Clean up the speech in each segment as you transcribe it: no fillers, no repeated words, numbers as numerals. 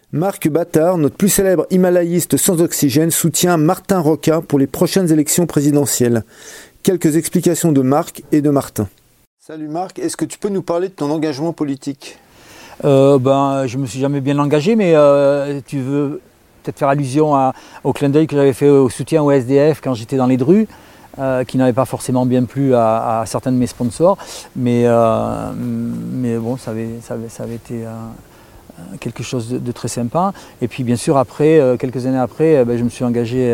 Marc Battard, notre plus célèbre himalayiste sans oxygène, soutient Martin Roca pour les prochaines élections présidentielles. Quelques explications de Marc et de Martin. Salut Marc, est-ce que tu peux nous parler de ton engagement politique ? Je me suis jamais bien engagé, mais tu veux peut-être faire allusion au clin d'œil que j'avais fait au soutien au SDF quand j'étais dans les Drus, qui n'avait pas forcément bien plu à certains de mes sponsors, mais bon, ça avait été quelque chose de très sympa. Et puis bien sûr après, quelques années après, je me suis engagé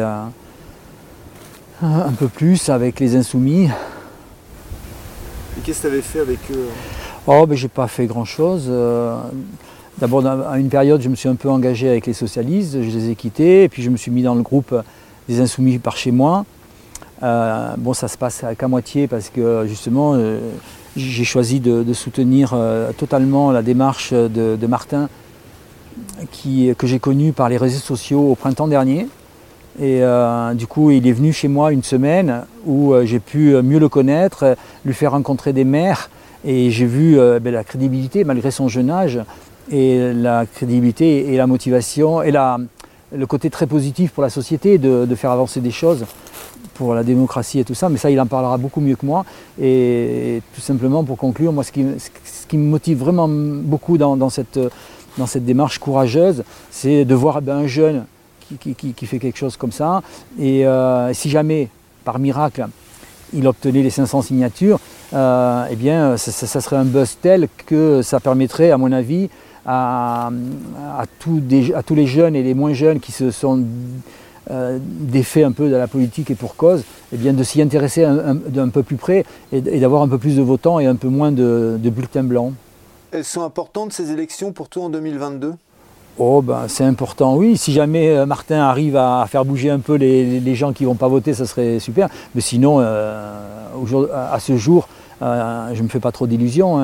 un peu plus avec les Insoumis. Et qu'est-ce que tu avais fait avec eux ? J'ai pas fait grand chose. D'abord à une période je me suis un peu engagé avec les socialistes, je les ai quittés, et puis je me suis mis dans le groupe des Insoumis par chez moi. Ça se passe qu'à moitié parce que justement j'ai choisi de soutenir totalement la démarche de Martin que j'ai connu par les réseaux sociaux au printemps dernier. Et du coup il est venu chez moi une semaine où j'ai pu mieux le connaître, lui faire rencontrer des maires, et j'ai vu la crédibilité malgré son jeune âge, et la crédibilité et la motivation et le côté très positif pour la société de faire avancer des choses pour la démocratie et tout ça, mais ça il en parlera beaucoup mieux que moi. Et tout simplement pour conclure, moi ce qui me motive vraiment beaucoup dans cette démarche courageuse, c'est de voir un jeune qui fait quelque chose comme ça, et si jamais par miracle il obtenait les 500 signatures, ça serait un buzz tel que ça permettrait à mon avis à tous les jeunes et les moins jeunes qui se sont défaits un peu de la politique et pour cause, de s'y intéresser d'un peu plus près et d'avoir un peu plus de votants et un peu moins de bulletins blancs. Elles sont importantes ces élections pour toi en 2022 ? C'est important, oui. Si jamais Martin arrive à faire bouger un peu les gens qui ne vont pas voter, ça serait super. Mais sinon, à ce jour, je ne me fais pas trop d'illusions.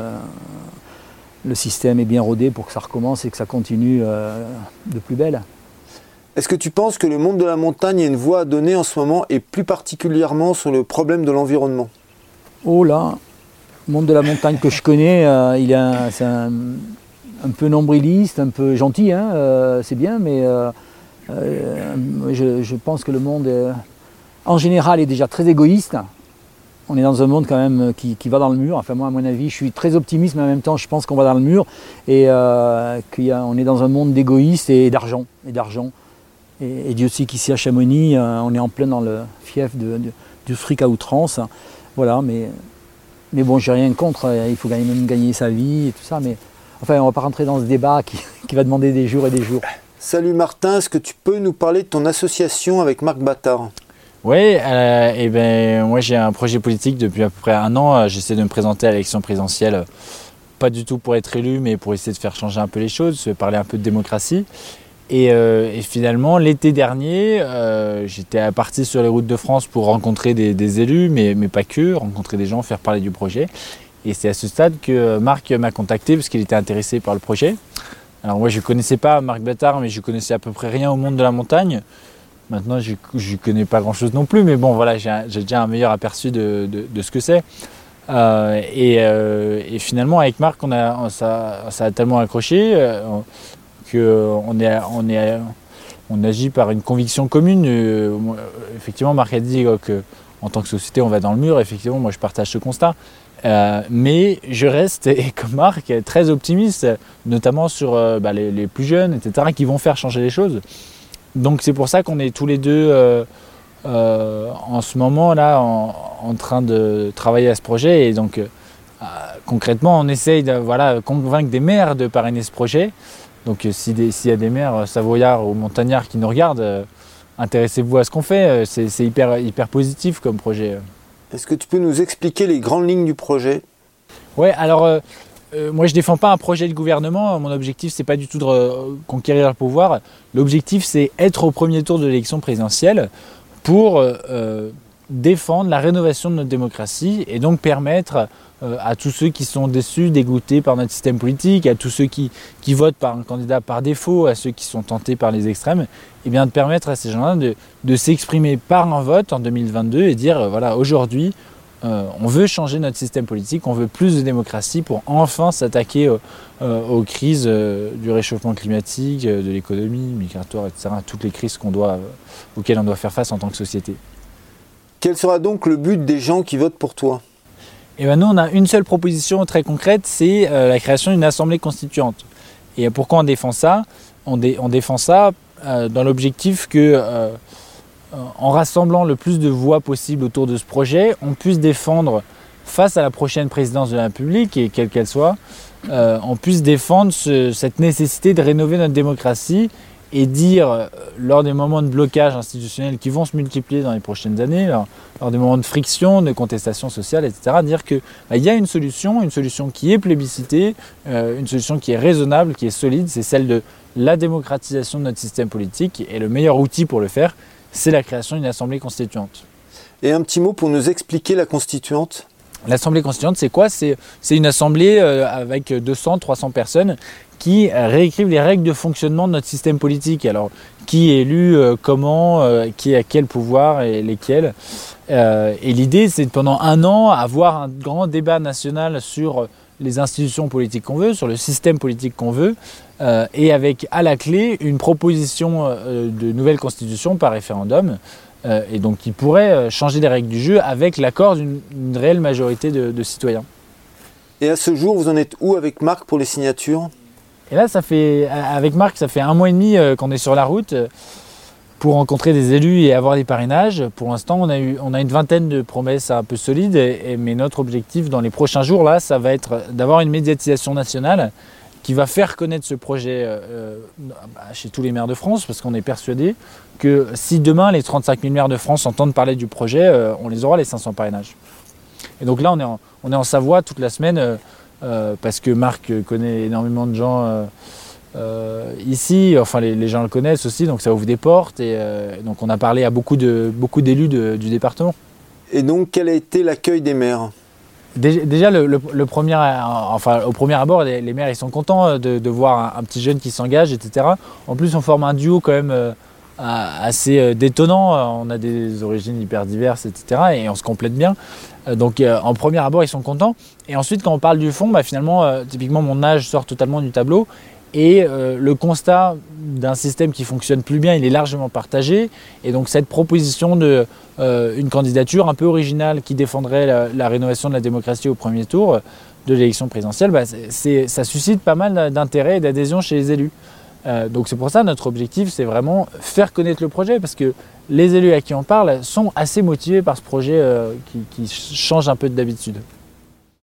Le système est bien rodé pour que ça recommence et que ça continue de plus belle. Est-ce que tu penses que le monde de la montagne a une voix à donner en ce moment, et plus particulièrement sur le problème de l'environnement ? Le monde de la montagne que je connais, c'est un peu nombriliste, un peu gentil, c'est bien, mais je pense que le monde, en général, est déjà très égoïste. On est dans un monde quand même qui va dans le mur. Enfin moi, à mon avis, je suis très optimiste, mais en même temps, je pense qu'on va dans le mur et on est dans un monde d'égoïstes et d'argent. Et Dieu sait qu'ici à Chamonix, on est en plein dans le fief du fric à outrance. Voilà, mais bon, j'ai rien contre. Il faut même gagner sa vie et tout ça, mais enfin, on ne va pas rentrer dans ce débat qui va demander des jours et des jours. Salut Martin, est-ce que tu peux nous parler de ton association avec Marc Battard ? Oui, moi j'ai un projet politique depuis à peu près 1 an. J'essaie de me présenter à l'élection présidentielle, pas du tout pour être élu, mais pour essayer de faire changer un peu les choses, parler un peu de démocratie. Et finalement, l'été dernier, j'étais parti sur les routes de France pour rencontrer des élus, mais pas que, rencontrer des gens, faire parler du projet. Et c'est à ce stade que Marc m'a contacté parce qu'il était intéressé par le projet. Alors moi je ne connaissais pas Marc Battard, mais je connaissais à peu près rien au monde de la montagne. Maintenant je ne connais pas grand chose non plus, mais bon voilà, j'ai déjà un meilleur aperçu de ce que c'est. Et finalement avec Marc ça a tellement accroché qu'on agit par une conviction commune. Effectivement Marc a dit qu'en tant que société on va dans le mur. Effectivement moi je partage ce constat. Mais je reste, et comme Marc, très optimiste, notamment sur les plus jeunes, etc., qui vont faire changer les choses. Donc c'est pour ça qu'on est tous les deux en ce moment là en train de travailler à ce projet. Et donc concrètement, on essaye de convaincre des maires de parrainer ce projet. Donc s'il y a des maires savoyards ou montagnards qui nous regardent, intéressez-vous à ce qu'on fait. C'est hyper positif comme projet. Est-ce que tu peux nous expliquer les grandes lignes du projet ? Ouais, alors moi je ne défends pas un projet de gouvernement. Mon objectif c'est pas du tout de conquérir le pouvoir. L'objectif c'est être au premier tour de l'élection présidentielle pour défendre la rénovation de notre démocratie et donc permettre à tous ceux qui sont déçus, dégoûtés par notre système politique, à tous ceux qui votent par un candidat par défaut, à ceux qui sont tentés par les extrêmes, et bien de permettre à ces gens-là de s'exprimer par un vote en 2022 et dire voilà, aujourd'hui on veut changer notre système politique, on veut plus de démocratie pour enfin s'attaquer aux crises du réchauffement climatique, de l'économie, migratoire, etc. Toutes les crises auxquelles on doit faire face en tant que société. Quel sera donc le but des gens qui votent pour toi ? Et ben nous, on a une seule proposition très concrète, c'est la création d'une assemblée constituante. Et pourquoi on défend ça ? On défend ça dans l'objectif que, en rassemblant le plus de voix possible autour de ce projet, on puisse défendre, face à la prochaine présidence de la République, et quelle qu'elle soit, on puisse défendre cette nécessité de rénover notre démocratie et dire, lors des moments de blocage institutionnel qui vont se multiplier dans les prochaines années, lors des moments de friction, de contestation sociale, etc., dire qu'il y a une solution qui est plébiscitée, une solution qui est raisonnable, qui est solide, c'est celle de la démocratisation de notre système politique, et le meilleur outil pour le faire, c'est la création d'une assemblée constituante. Et un petit mot pour nous expliquer la constituante ? L'assemblée constituante, c'est quoi ? C'est une assemblée avec 200, 300 personnes qui réécrivent les règles de fonctionnement de notre système politique. Alors, qui est élu, comment, qui a quel pouvoir et lesquels. Et l'idée, c'est de, pendant un an, avoir un grand débat national sur les institutions politiques qu'on veut, sur le système politique qu'on veut, et avec à la clé une proposition de nouvelle constitution par référendum, et donc qui pourrait changer les règles du jeu avec l'accord d'une réelle majorité de citoyens. Et à ce jour, vous en êtes où avec Marc pour les signatures ? Et là, avec Marc, ça fait 1 mois et demi qu'on est sur la route pour rencontrer des élus et avoir des parrainages. Pour l'instant, on a une vingtaine de promesses un peu solides, mais notre objectif dans les prochains jours, là, ça va être d'avoir une médiatisation nationale qui va faire connaître ce projet chez tous les maires de France, parce qu'on est persuadé que si demain les 35 000 maires de France entendent parler du projet, on les aura les 500 parrainages. Et donc là, on est en Savoie toute la semaine, parce que Marc connaît énormément de gens ici, enfin les gens le connaissent aussi, donc ça ouvre des portes, et donc on a parlé à beaucoup d'élus du département. Et donc quel a été l'accueil des maires ? Déjà, au premier abord, les maires ils sont contents de voir un petit jeune qui s'engage, etc. En plus, on forme un duo quand même assez détonnant. On a des origines hyper diverses, etc. Et on se complète bien. Donc, en premier abord, ils sont contents. Et ensuite, quand on parle du fond, finalement, typiquement, mon âge sort totalement du tableau. Et le constat d'un système qui fonctionne plus bien, il est largement partagé. Et donc cette proposition d'une candidature un peu originale qui défendrait la rénovation de la démocratie au premier tour de l'élection présidentielle, ça suscite pas mal d'intérêt et d'adhésion chez les élus. Donc c'est pour ça notre objectif, c'est vraiment faire connaître le projet, parce que les élus à qui on parle sont assez motivés par ce projet qui change un peu d'habitude.